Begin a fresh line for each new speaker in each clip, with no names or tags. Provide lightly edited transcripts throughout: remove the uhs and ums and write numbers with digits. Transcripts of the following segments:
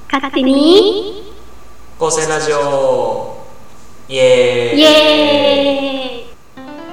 勝手に
高専ラジオイエーイ
イエーイ。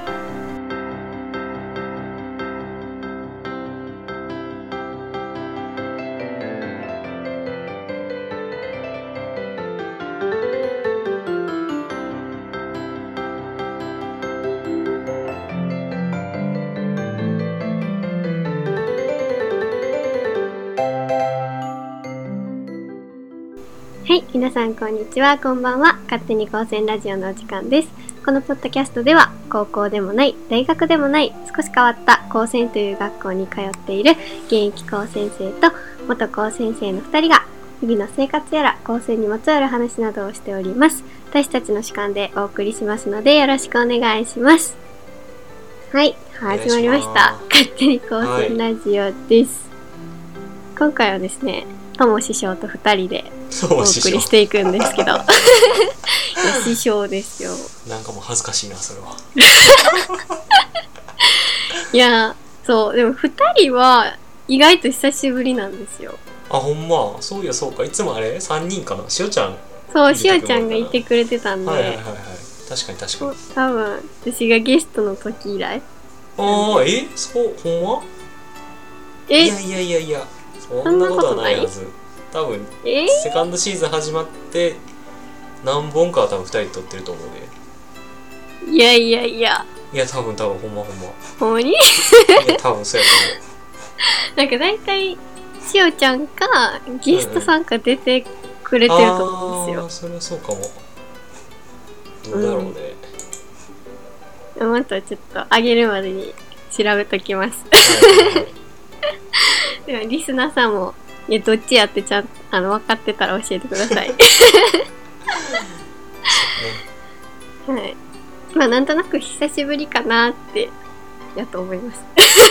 はい、皆さんこんにちは、こんばんは。勝手に高専ラジオのお時間です。このポッドキャストでは高校でもない、大学でもない少し変わった高専という学校に通っている現役高専生と元高専生の2人が日々の生活やら高専にまつわる話などをしております。私たちの主観でお送りしますのでよろしくお願いします。はい、始まりました。勝手に高専ラジオです。今回はですね、友師匠と2人でお送りしていくんですけどいや師匠ですよ。
なんかもう恥ずかしいなそれは。
いやそうでも2人は意外と久しぶりなんですよ。
あ、ほんまそういやそうか、いつもあれ3人かな、しおちゃん。
そう、しおちゃんがいてくれてたんで、
はいはいはいはい、確かに確かに。
多分私がゲストの時以来。
ああ、そうほんま？いやそんなことはないはず。多分セカンドシーズン始まって何本かは多分2人で撮ってると思うで。
いや
多分ほんま
ほんまに
いや多分そうやと
なんか大体しおちゃんかゲストさんか出てくれてると思うんですよ。
あ、それはそうかも。どうだろうね。
またちょっと上げるまでに調べときます。ではリスナーさんもどっちやってちゃん分かってたら教えてください。はい。まあなんとなく久しぶりかなってやと思います。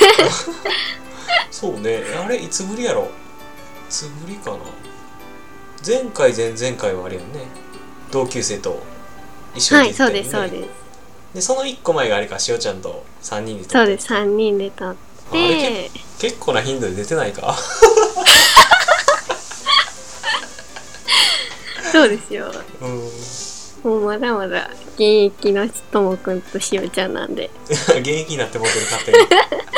そうね。あれいつぶりやろ。いつぶりかな。前回前々回はあれやんね。同級生と一緒に出てたよね。はい、そうです。でその1個前があれか、しおちゃんと3人で撮って。
そうです、3人で撮って。あれ
結構な頻度で出てないか。
そうですよ。もうまだまだ現役のともくんとしおちゃんなんで。
現役になって僕に勝手に。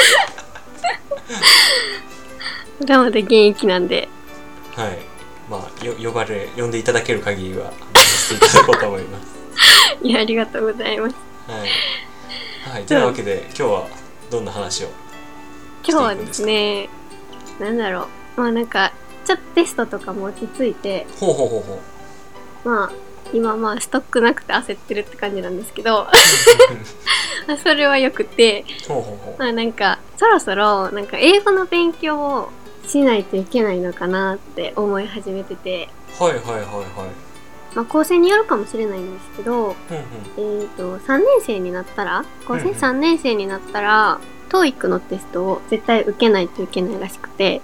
まだまだ現役なんで。
はい。まあ呼んでいただける限りはさせていただこうと思います。
いや、ありがとうございます。
はい。はい。というわけで今日はどんな話をしていくんですか？
今日はですね、なんだろう。まあなんかちょっとテストとかも落ち着いて。まあ今ストックなくて焦ってるって感じなんですけどそれはよくて、まあなんかそろそろなんか英語の勉強をしないといけないのかなって思い始めてて。まあ高専によるかもしれないんですけど、3年生になったら、高専3年生になったら、TOEIC のテストを絶対受けないといけないらしくて、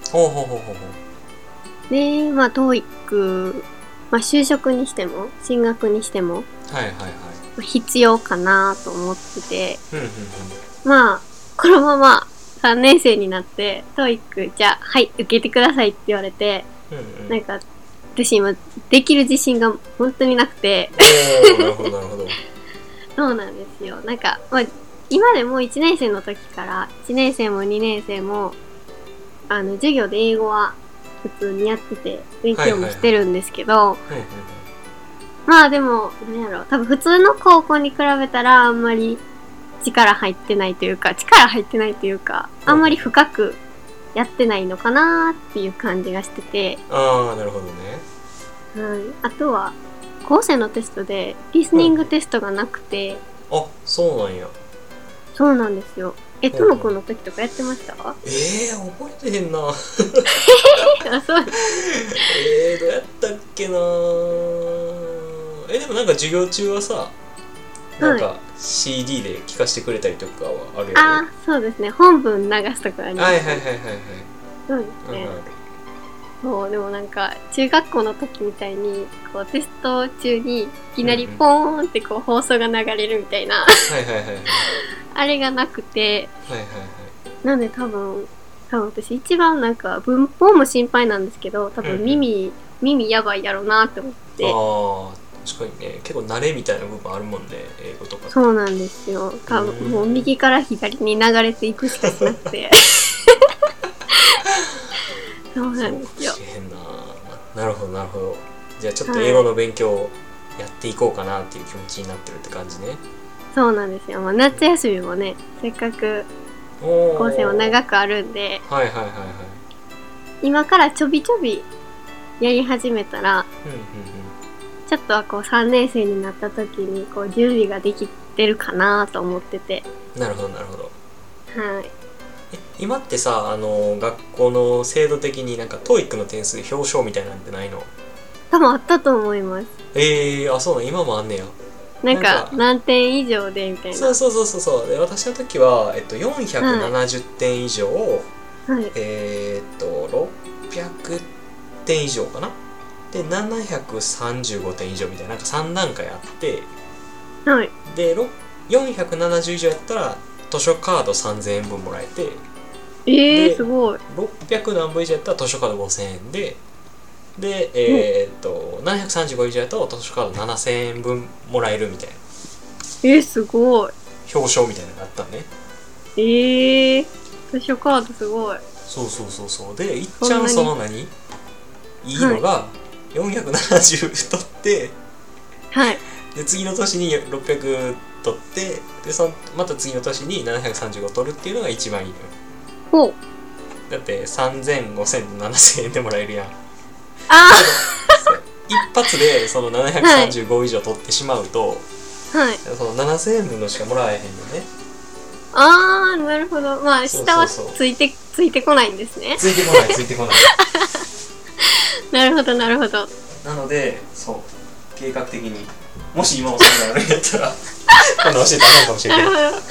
でまあ TOEIC、まあ、就職にしても進学にしても必要かなと思ってて、まあこのまま3年生になって TOEIC じゃあはい受けてくださいって言われて、なんか私今できる自信が本当になくて。
なるほど
そうなんですよ。なんか、まあ、今でも1年生の時から1年生も2年生も授業で英語は普通にやってて勉強もしてるんですけど、まあでも何やろう、多分普通の高校に比べたらあんまり力入ってないというかあんまり深くやってないのかなっていう感じがしてて。
ああ、なるほどね。
はい。あとは高専のテストでリスニングテストがなくて。
あ、そうなんや。
そうなんですよ。ともくんの時とかやってました？覚
えてへんな。
あ、そう。
どうやったっけな。でもなんか授業中はさ、なんか CD で聞かせてくれたりとかはあるよね。
あ、そうですね。本文流すとかあります。そうですね。そう、でもなんか中学校の時みたいにこうテスト中にいきなりポーンってこう放送が流れるみたいなあれがなくて、なんで多分私一番なんか文法も心配なんですけど、多分耳耳やばいやろなって思って。
確かにね、結構慣れみたいな部分あるもんね、英語とか。
そうなんですよ。多分もう右から左に流れていくしかなくてそうなんですよ。
なるほどなるほど。じゃあちょっと英語の勉強をやっていこうかなっていう気持ちになってるって感じね。
そうなんですよ。夏休みもね、せっかく高専は長くあるんで、
はいはいはいはい。
今からちょびちょびやり始めたら、ちょっとはこう3年生になった時にこう準備ができてるかなと思ってて。
なるほどなるほど。
はい。
今ってさ、学校の制度的になんか TOEIC の点数表彰みたいなんてないの？
多分あったと思います。
あ、そうなん、今もあんねや。
なんか何点以上でみたいな。
そうで、私の時は、470点以上、
はい、
600点以上かな。で735点以上みたいな、なんか3段階あって、
はい、
で470以上やったら図書カード3000円分もらえて、
すごい。
600何本以上やったら図書カード5000円で、735以上やと図書カード7000円分もらえるみたいな。
すごい。
表彰みたいなのがあったね。
図書カードすごい。
そうで、いっちゃんそのいいのが、470取って、
はい、
で次の年に600取って、でまた次の年に735取るっていうのが一番いいのよ。
ほう。
だって3000、5000、7000円でもらえるやん。一発でその735以上取ってしまうと、
はい、
その7000円分のしかもらえへんのね。
なるほど。まあ下はついてこないんですね。
ついてこない
なるほどなるほど。
なので、そう計画的に、もし今もそんなのあるんやったら今度教えてもらうかもしれない。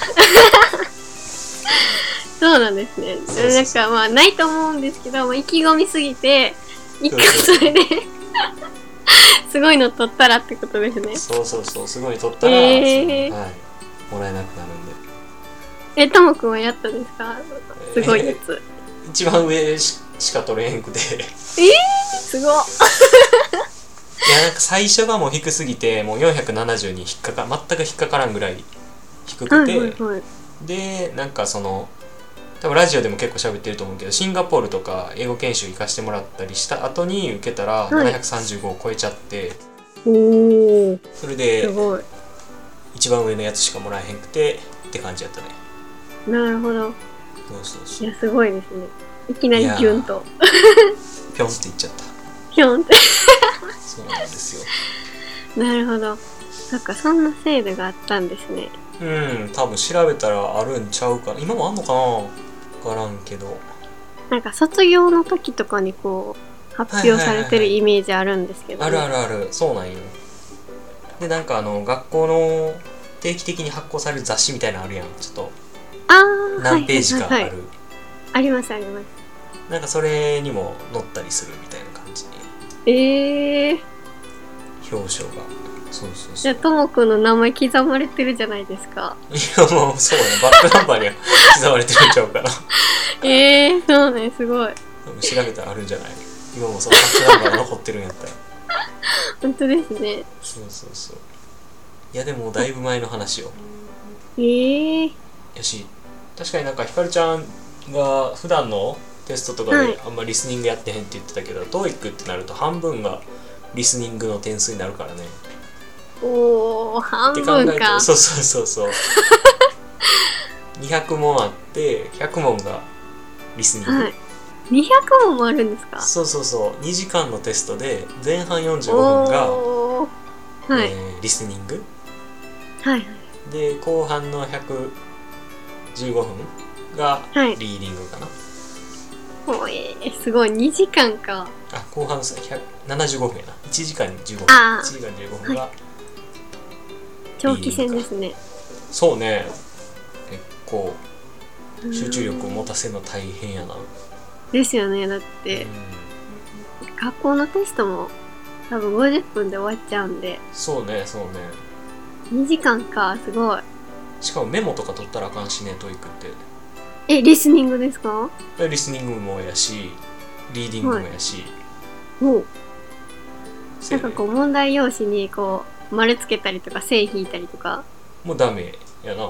そうなんですね。なんかまあないと思うんですけど、意気込みすぎて一回それですごいの取ったらってことですね。
そうすごい取ったら、はい、もらえなくなるんで。
ともくんはやったんですか？すごいやつ。
一番上しか取れへんくてす
ごっいや、
なんか最初がもう低すぎて、もう470に全く引っかからんぐらい低くて、
はいはいはい、
で、なんかその多分ラジオでも結構喋ってると思うけど、シンガポールとか英語研修行かしてもらったりした後に受けたら735を超えちゃって、それで一番上のやつしかもらえへんくてって感じやったね。
なるほど。
そう
いや、すごいですね。いきなりギュンと
ピョンっていっちゃった。
ピョンって
そうなんですよ。
なるほど。そっか、そんな制度があったんですね。
多分調べたらあるんちゃうかな。今もあんのかな、分からんけど、
なんか卒業の時とかにこう発表されてるイメージあるんですけど、ね、
ある、そうなんよ。で、なんか学校の定期的に発行される雑誌みたいなのあるやん。ちょっと何ページかある、
あります
なんかそれにも載ったりするみたいな感じ
に、
表彰が。そう
じゃあともくんの名前刻まれてるじゃないですか。
いや、もうそうね、バックナンバーには刻まれてるんちゃうかな
そうね、すごい。
調べたらあるんじゃない？今もそのバックナンバーが残ってるんやったら
本当ですね。
そういや、でもだいぶ前の話よ。やし、確かになんかひかるちゃんが普段のテストとかであんまリスニングやってへんって言ってたけど、TOEIC ってなると半分がリスニングの点数になるからね。
半分か。
そう200問あって100問がリスニング、
200問もあるんですか？
そう2時間のテストで前半45分が、リスニング、で後半の115分がリーディングかな。
すごい、2時間か。
後半の75分やな。1時間に15分。1時間に15分が、
長期戦ですね。
そうね。結構集中力を持たせるの大変やな。
ですよね。だって学校のテストも多分50分で終わっちゃうんで。そうね2時間か。すごい。しかもメモとか取ったらあかんしね、TOEICって。リスニングですか？リスニングもやし、リーディングもやし、 なんかこう問題用紙にこう丸つけたりとか線引いたりとか
もうダメやな。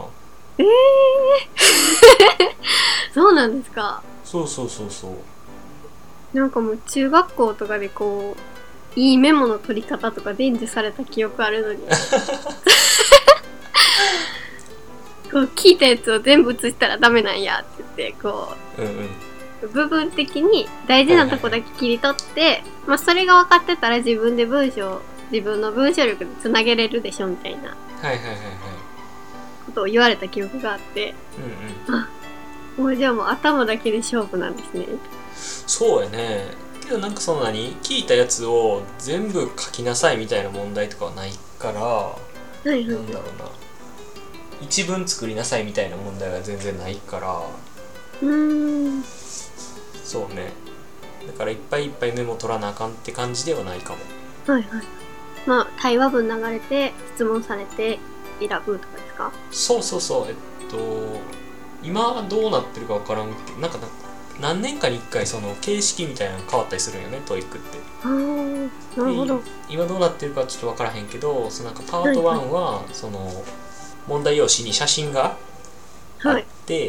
そうなんですか。
そうそうそうそう。
なんかもう中学校とかでこういいメモの取り方とか伝授された記憶あるのにこう聞いたやつを全部写したらダメなんやって言ってこう、部分的に大事なとこだけ切り取って、まあそれが分かってたら自分の文章力でつなげれるでしょみたいなことを言われた記憶があって、あ、もうじゃあもう頭だけで勝負なんですね。
そうやね。けどなんかそんなに聞いたやつを全部書きなさいみたいな問題とかはないから、なんだろうな、一文作りなさいみたいな問題は全然ないから、そうね。だからいっぱいいっぱいメモ取らなあかんって感じではないかも。
まあ対話文流れて質問されて選ぶとかですか？
そうそうそう。今はどうなってるか分からんけど、なんか何年かに1回その形式みたいなの変わったりするんよね、トイックって。
なるほど。
今どうなってるかちょっと分からへんけど、そのなんかパート1はその問題用紙に写真があって、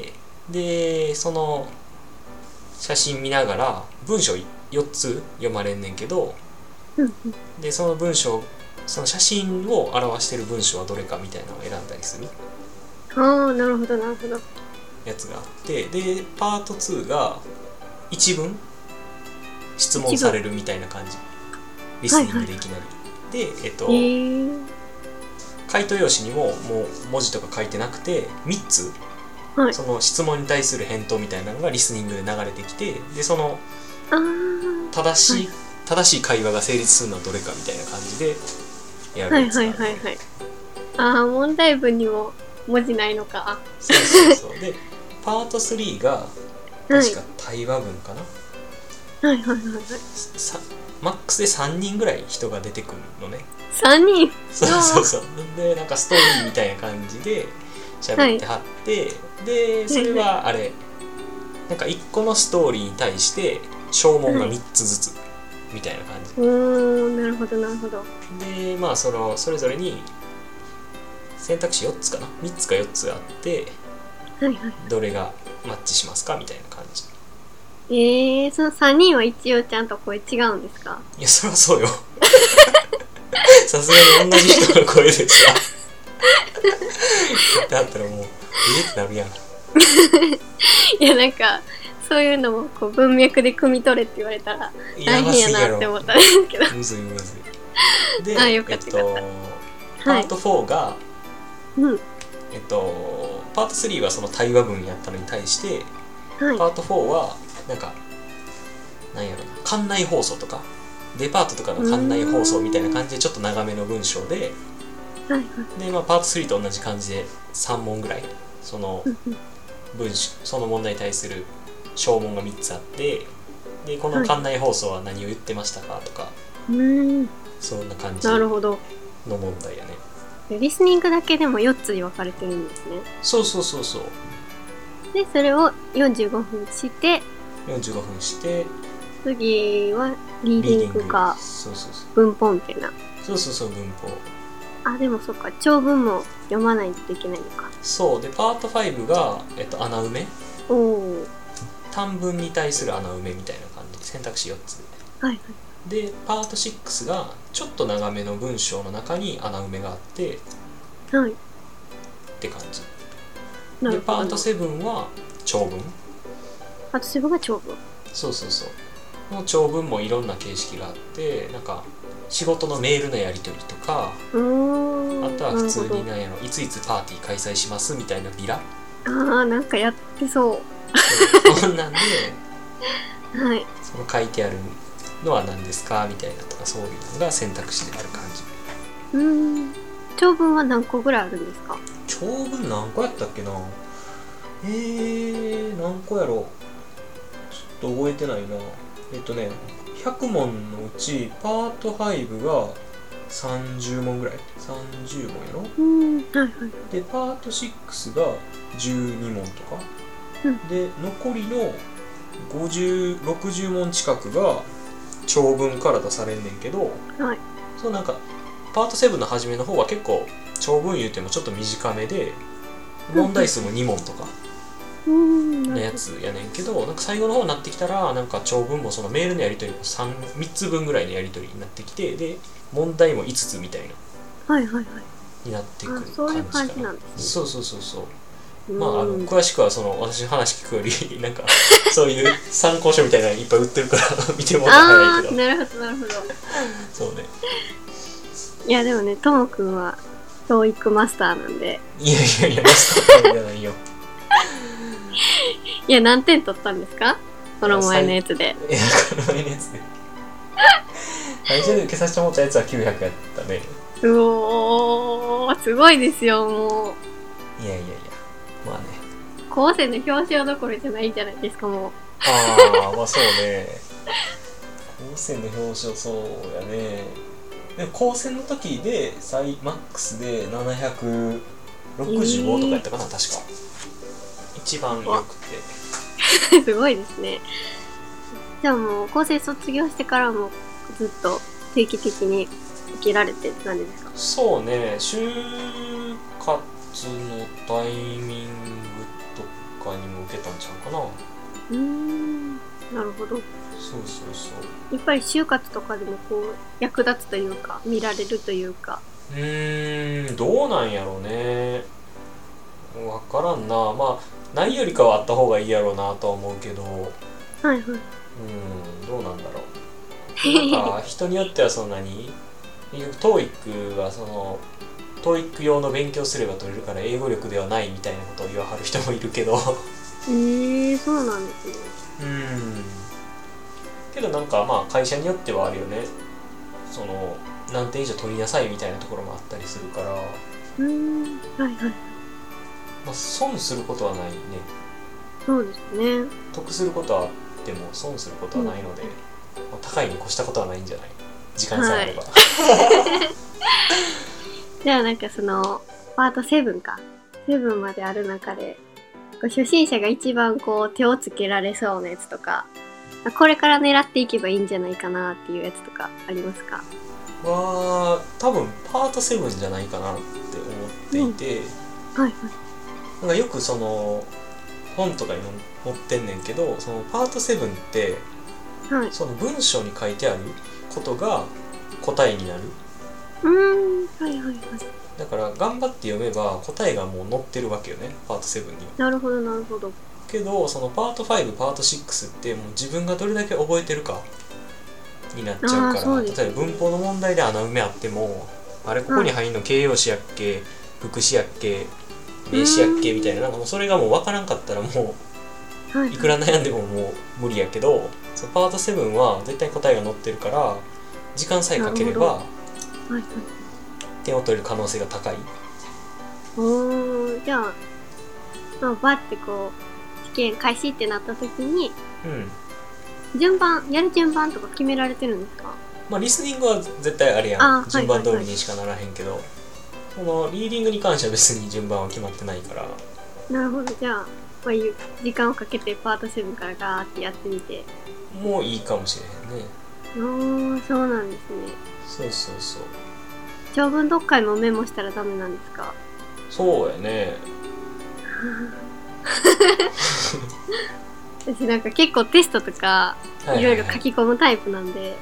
でその写真見ながら文章4つ読まれんねんけど、でその文章、その写真を表してる文章はどれかみたいなのを選んだりする。
なるほどなるほど。
やつがあって、でパート2が一文質問されるみたいな感じ、リスニングでいきなり、で回答用紙にももう文字とか書いてなくて3つ、その質問に対する返答みたいなのがリスニングで流れてきて、でその正しい会話が成立するのはどれかみたいな感じでやるやつがある。
問題文にも文字ないのか。
そうそうそう。でパート3が確か対話文かな。マックスで3人ぐらい人が出てくるのね。
3人。
そうそう。でなんかストーリーみたいな感じで喋ってはって、でそれはあれなんか1個のストーリーに対して小問が3つずつみたいな感じ。
なるほどなるほど。
でまあそれぞれに選択肢4つかな、3つか4つあって、どれがマッチしますかみたいな感じ。
その3人は一応ちゃんと声違うんですか？
いやそりゃそうよさすがに同じ人の声でさだったらもうってなるやん。
いやなんかそういうのもこう文脈で汲み取れって言われたら大変やなって思ったんですけど。
むずいで、
よかったよかった。
パート4が、パート3はその対話文やったのに対して、パート4はなんかなんやろな、館内放送とかデパートとかの館内放送みたいな感じでちょっと長めの文章で、でまあパート3と同じ感じで3問ぐらいそのその問題に対する小問が3つあって、でこの館内放送は何を言ってましたかとか、そんな感じの問題やね。
リスニングだけでも4つに分かれてるんですね。
そうそうそうそう。
でそれを45分して次はリーディングか文法みたいな。
そうそうそう、文法。
でもそっか、長文も読まないといけないのか。
そうでパート5が、穴埋め、短文に対する穴埋めみたいな感じで選択肢4つで、パート6がちょっと長めの文章の中に穴埋めがあって、って感じで、パート7は長文。
パート7が長文。
そうそうそう。の長文もいろんな形式があって、なんか仕事のメールのやり取りとか、あとは普通に何やろ、いついつパーティー開催しますみたいなビラ。
なんかやってそう。
そんなんで、その書いてあるのは何ですかみたいなとか、そういうのが選択肢である感
じ。長文は何個ぐらいあるんですか？
長文何個やったっけな。何個やろ、ちょっと覚えてないな。100問のうちパート5が30問ぐらい、30問やろ。でパート6が12問とか、で残りの60問近くが長文から出されんねんけど、
はい、
そうなんかパート7の初めの方は結構長文言うてもちょっと短めで問題数も2問とかのやつやねんけど、なんか最後の方になってきたらなんか長文もそのメールのやり取りも 3つ分ぐらいのやり取りになってきて、で問題も5つみたいな、
はいはいはい、
になってくる感じかな。
そういう感じなんですね。
そうそうそうそう。まあ、詳しくはその私の話聞くよりなんかそういう参考書みたいなのいっぱい売ってるから見てもらったら早いけど。
なるほどなるほど。
そうね。
いやでもね、ともくんはTOEICマスターなんで。
いやいやいやマスターじゃないよ。
いや何点取ったんですか？この前のやつで。
いやこの前のやつで。最初で受けさせてもらったやつは900やったね。
うおー、すごいですよも
う。いやいやいや。まあね、
高専の表彰どころじゃないじゃないですかもう。
ああまあそうね。高専の表彰そうやね。でも高専の時でマックスで765とかやったかな、確か一番よく
てすごいですね。じゃあもう高専卒業してからもずっと定期的に受けられてって感じですか？
そうね、就活のタイミングとかにも受けたんちゃうかな。
なるほど。
そうそうそう。
やっぱり就活とかでもこう役立つというか見られるというか。
どうなんやろうね。わからんな。まあないよりかはあった方がいいやろうなとは思うけど。
はいはい。
どうなんだろう。なんか人によってはそんなにTOEIC はそのTOEIC 用の勉強すれば取れるから英語力ではないみたいなことを言わはる人もいるけど
そうなんですね。
けどなんかまあ会社によってはあるよね。その何点以上取りなさいみたいなところもあったりするから、はい
はい。
まあ損することはないね。
そうですね。
得することはあっても損することはないので、まあ、高いに越したことはないんじゃない？時間さえあれば。
じゃあなんかそのパート7か7まである中で初心者が一番こう手をつけられそうなやつとか、これから狙っていけばいいんじゃないかなっていうやつとかありますか？
多分パート7じゃないかなって思っていて、
はいはい。
なんかよくその本とかにも載ってんねんけど、そのパート7って、はい、その文章に書いてあることが答えになる。
はいはいはい。
だから頑張って読めば答えがもう載ってるわけよね、パート7には。
なるほどなるほど。
けどそのパート5パート6ってもう自分がどれだけ覚えてるかになっちゃうから、例えば文法の問題で穴埋めあっても、あれここに入んの形容詞やっけ、副詞やっけ、名詞やっけみたいな、なんかもうそれがもう分からんかったらもういくら悩んでももう無理やけど、そのパート7は絶対答えが載ってるから時間さえかければ点を取れる可能性が高い。
じゃあ、まあ、バッてこう試験開始ってなった時に、やる順番とか決められてるんですか？
まあリスニングは絶対あれやん、順番通りにしかならへんけど、そのリーディングに関しては別に順番は決まってないから。
なるほど。じゃあ、まあ、時間をかけてパート7からガーってやってみて
もういいかもしれへんね。
そうなんですね。
そうそうそう。
長文読解もメモしたらダメなんですか？
そうやね。
私なんか結構テストとかいろいろ書き込むタイプなんで、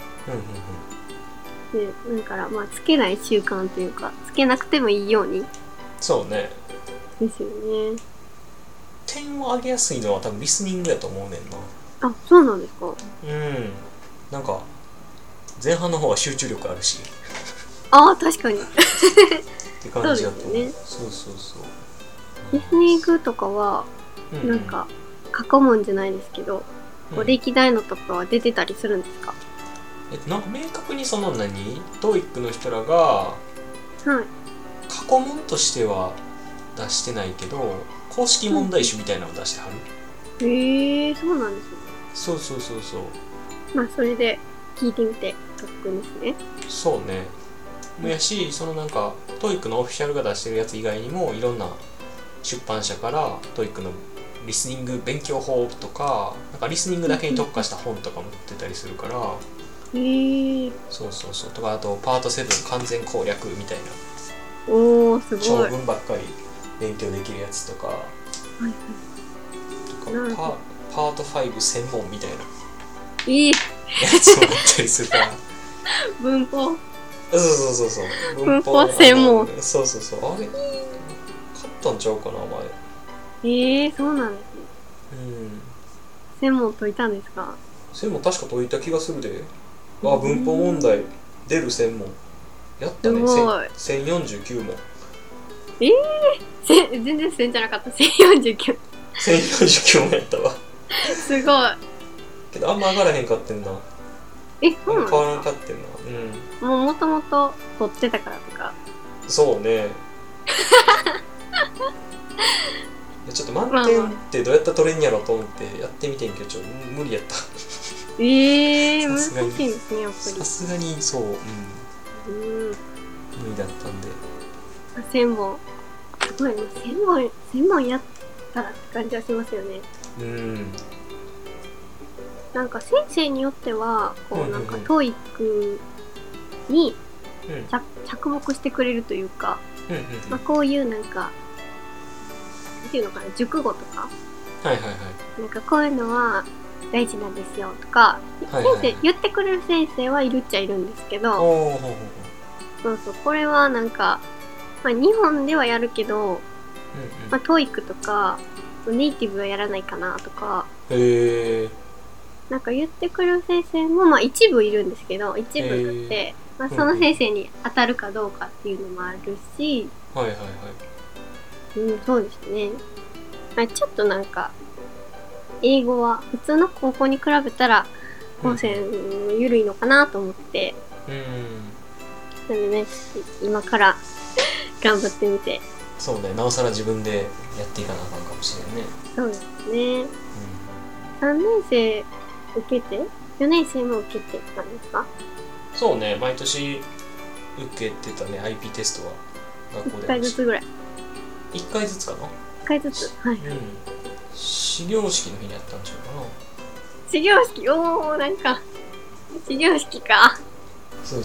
だからまあつけない習慣というかつけなくてもいいように。
そうね。
ですよね。
点を上げやすいのは多分リスニングやと思うねんな。
あ、そうなんですか？
なんか前半の方が集中力あるし。
確かに。
って感じだと思う。そうそうそう。
リスニングとかはなんか過去問じゃないですけど、歴代のとかは出てたりするんですか？
なんか明確にそのTOEIC の人らが過去問としては出してないけど公式問題集みたいなのを出してはる。
そうなんですね。
そうそうそうそう。
まあそれで聞いてみて特訓ですね。
そうね。もやし、そのなんかTOEIC のオフィシャルが出してるやつ以外にもいろんな出版社から TOEIC のリスニング勉強法とか、なんかリスニングだけに特化した本とかも売ってたりするから、 そうそうそう。とかあとパート7完全攻略みたいな。
おーすごい。
長文ばっかり勉強できるやつとか。とかパート5専門みたいな。やつもあったりするから。
文法。
そう
文法専門。
そうあれ買ったんちゃうかな
前。そうなんですね。専門解いたんですか？
専門確か解いた気がするで。文法問題出る専門やったね。1049問。
全然1000じゃなかった。1049
1049問やったわ。
すごい。
けどあんま上がらへんかってんな。
そうなんですか？
変わらんかってんな。
もともと取ってたからとか。
そうね。ちょっと満点ってどうやったら取れんやろと思ってやってみてんけど無理やった。
難しいですね、やっぱり。
さすがにそう、無理だったんで。
1000本すごいね。1000本やったらって感じはしますよね。なんか先生によってはこうなんかTOEICに着目してくれるというか、こういうなんかなんていうのかな、熟語とか、なんかこういうのは大事なんですよとか、言ってくれる先生はいるっちゃいるんですけど、これはなんか、日本ではやるけど、TOEICとかネイティブはやらないかなとか、なんか言ってくれる先生も一部いるんですけど、一部だって、その先生に当たるかどうかっていうのもあるし、そうですね。ちょっとなんか英語は普通の高校に比べたら高専緩いのかなと思って、なのでね、今から頑張ってみて。
そうね、なおさら自分でやっていかなあかんかもしれないね。
そうですね。3年生受けて4年生も受けてたんですか？
そうね、毎年受けてたね。 IP テストは学校で1
回ずつぐらい。
1回ずつかな。
1回ずつ、
始業式の日にやったんちゃうかな。
始業式、なんか始業式か。
そう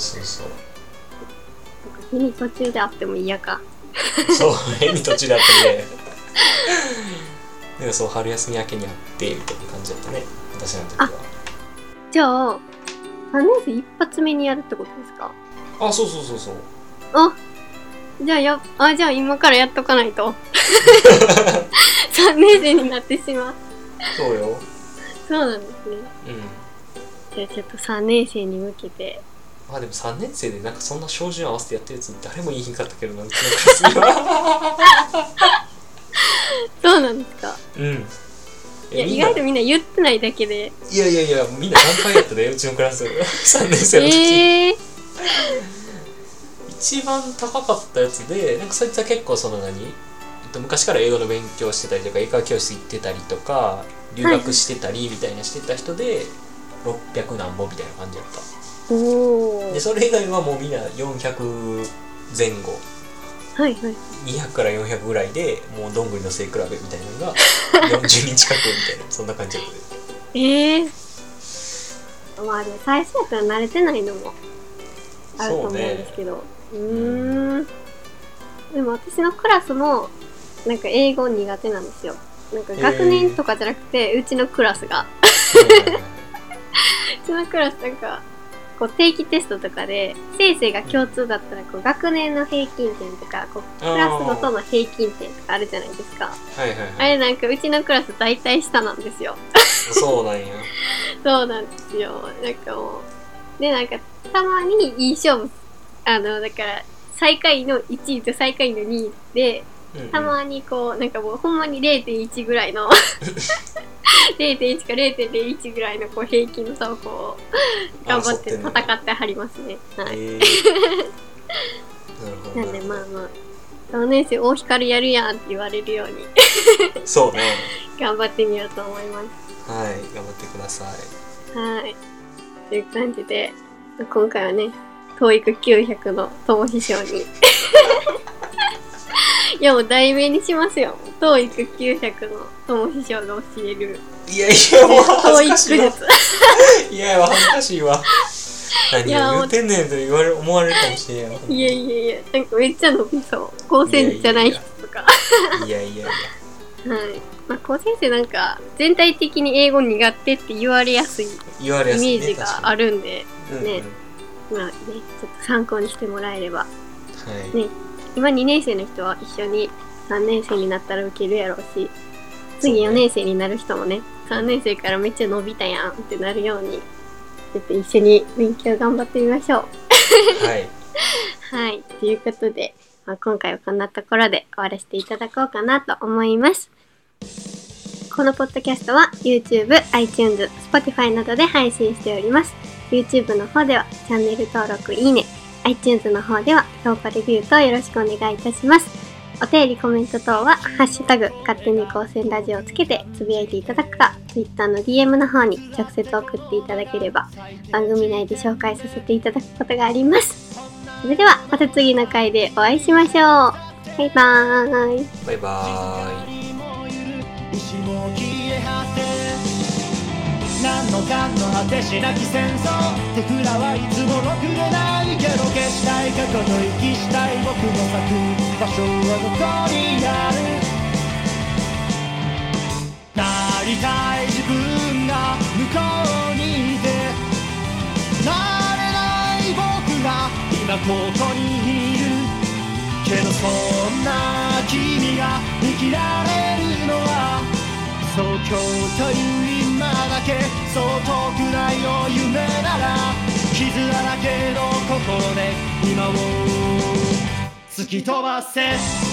日に途中であっても嫌か。
そう、変に途中であってね。でもそう、春休み明けにあってみたいな感じだったね、私の時は。
じゃあ3年生一発目にやるってことですか？
そう。
じゃあ今からやっとかないと。3年生になってしまう。
そうよ。
そうなんですね。じゃあちょっと3年生に向けて。
でも3年生でなんかそんな照準合わせてやってるやつ誰もいいひんかったけどな、うちのクラスには。
そうなんですか？意外とみんな言ってないだけで。
いやみんな何回やったで、うちのクラス3年生の時。一番高かったやつで、なんかそいつは結構昔から英語の勉強してたりとか、英会話教室行ってたりとか、留学してたりみたいなしてた人で、600何本みたいな感じだった。でそれ以外はもうみんな400前後、200から400ぐらいで、もうどんぐりの背比べみたいなのが40人近くみたいな、そんな感じだったで。
でも最初だったら慣れてないのもあると思うんですけど、でも私のクラスもなんか英語苦手なんですよ。なんか学年とかじゃなくて、うちのクラスがうちのクラスなんかこう定期テストとかで先生が共通だったらこう学年の平均点とかこうクラスごとの平均点とかあるじゃないですか。あれなんかうちのクラス大体下なんですよ。
そうなんや。
そうなんですよ。なんかもうでなんかたまにいい勝負だから最下位の1位と最下位の2位で、たまにこうなんかもうほんまに 0.1 ぐらいの0.1 か 0.01 ぐらいのこう平均の差をこう頑張って戦ってはりますね。なるほど。なんで3年生大光やるやんって言われるように
そうね、
頑張ってみようと思います。
頑張ってください。
という感じで今回はね、TOEIC900 の友秘書にいやもう題名にしますよ。TOEIC900 の友秘書が教える。
いやもう恥ずかしいわ。
いや
恥ずかしいわ。 何言うてんねんと思われるかもしれんよ。
いやいやいや、なんかめっちゃ伸びそう。高専じゃない人とか。
いやいやいや。
はい。まあ、高専生なんか全体的に英語苦手って言われやすいイメージがあるんで、ね。まあね、ちょっと参考にしてもらえれば。はい。ね、今2年生の人は一緒に3年生になったら受けるやろうし、次4年生になる人もね、3年生からめっちゃ伸びたやんってなるように、ちょっと一緒に勉強頑張ってみましょう。はい。はい。ということで、まあ、今回はこんなところで終わらせていただこうかなと思います。このポッドキャストは YouTube、iTunes、Spotify などで配信しております。YouTube の方ではチャンネル登録、いいね、iTunes の方では評価レビューとよろしくお願いいたします。お便りコメント等はハッシュタグ勝手に高専ラジオをつけてつぶやいていただくか、Twitter の DM の方に直接送っていただければ番組内で紹介させていただくことがあります。それではまた次の回でお会いしましょう。バイバーイ。
バイバーイ。
何のかの果てしなき戦争、手札はいつもろくでないけど、消したい過去と息したい僕の咲く場所はどこにある。なりたい自分が向こうにいて、なれない僕が今ここにいるけど、そんな君が生きられるのはそう今日という今だけ、そう遠くないよ夢なら、傷だらけの心で今を突き飛ばせ。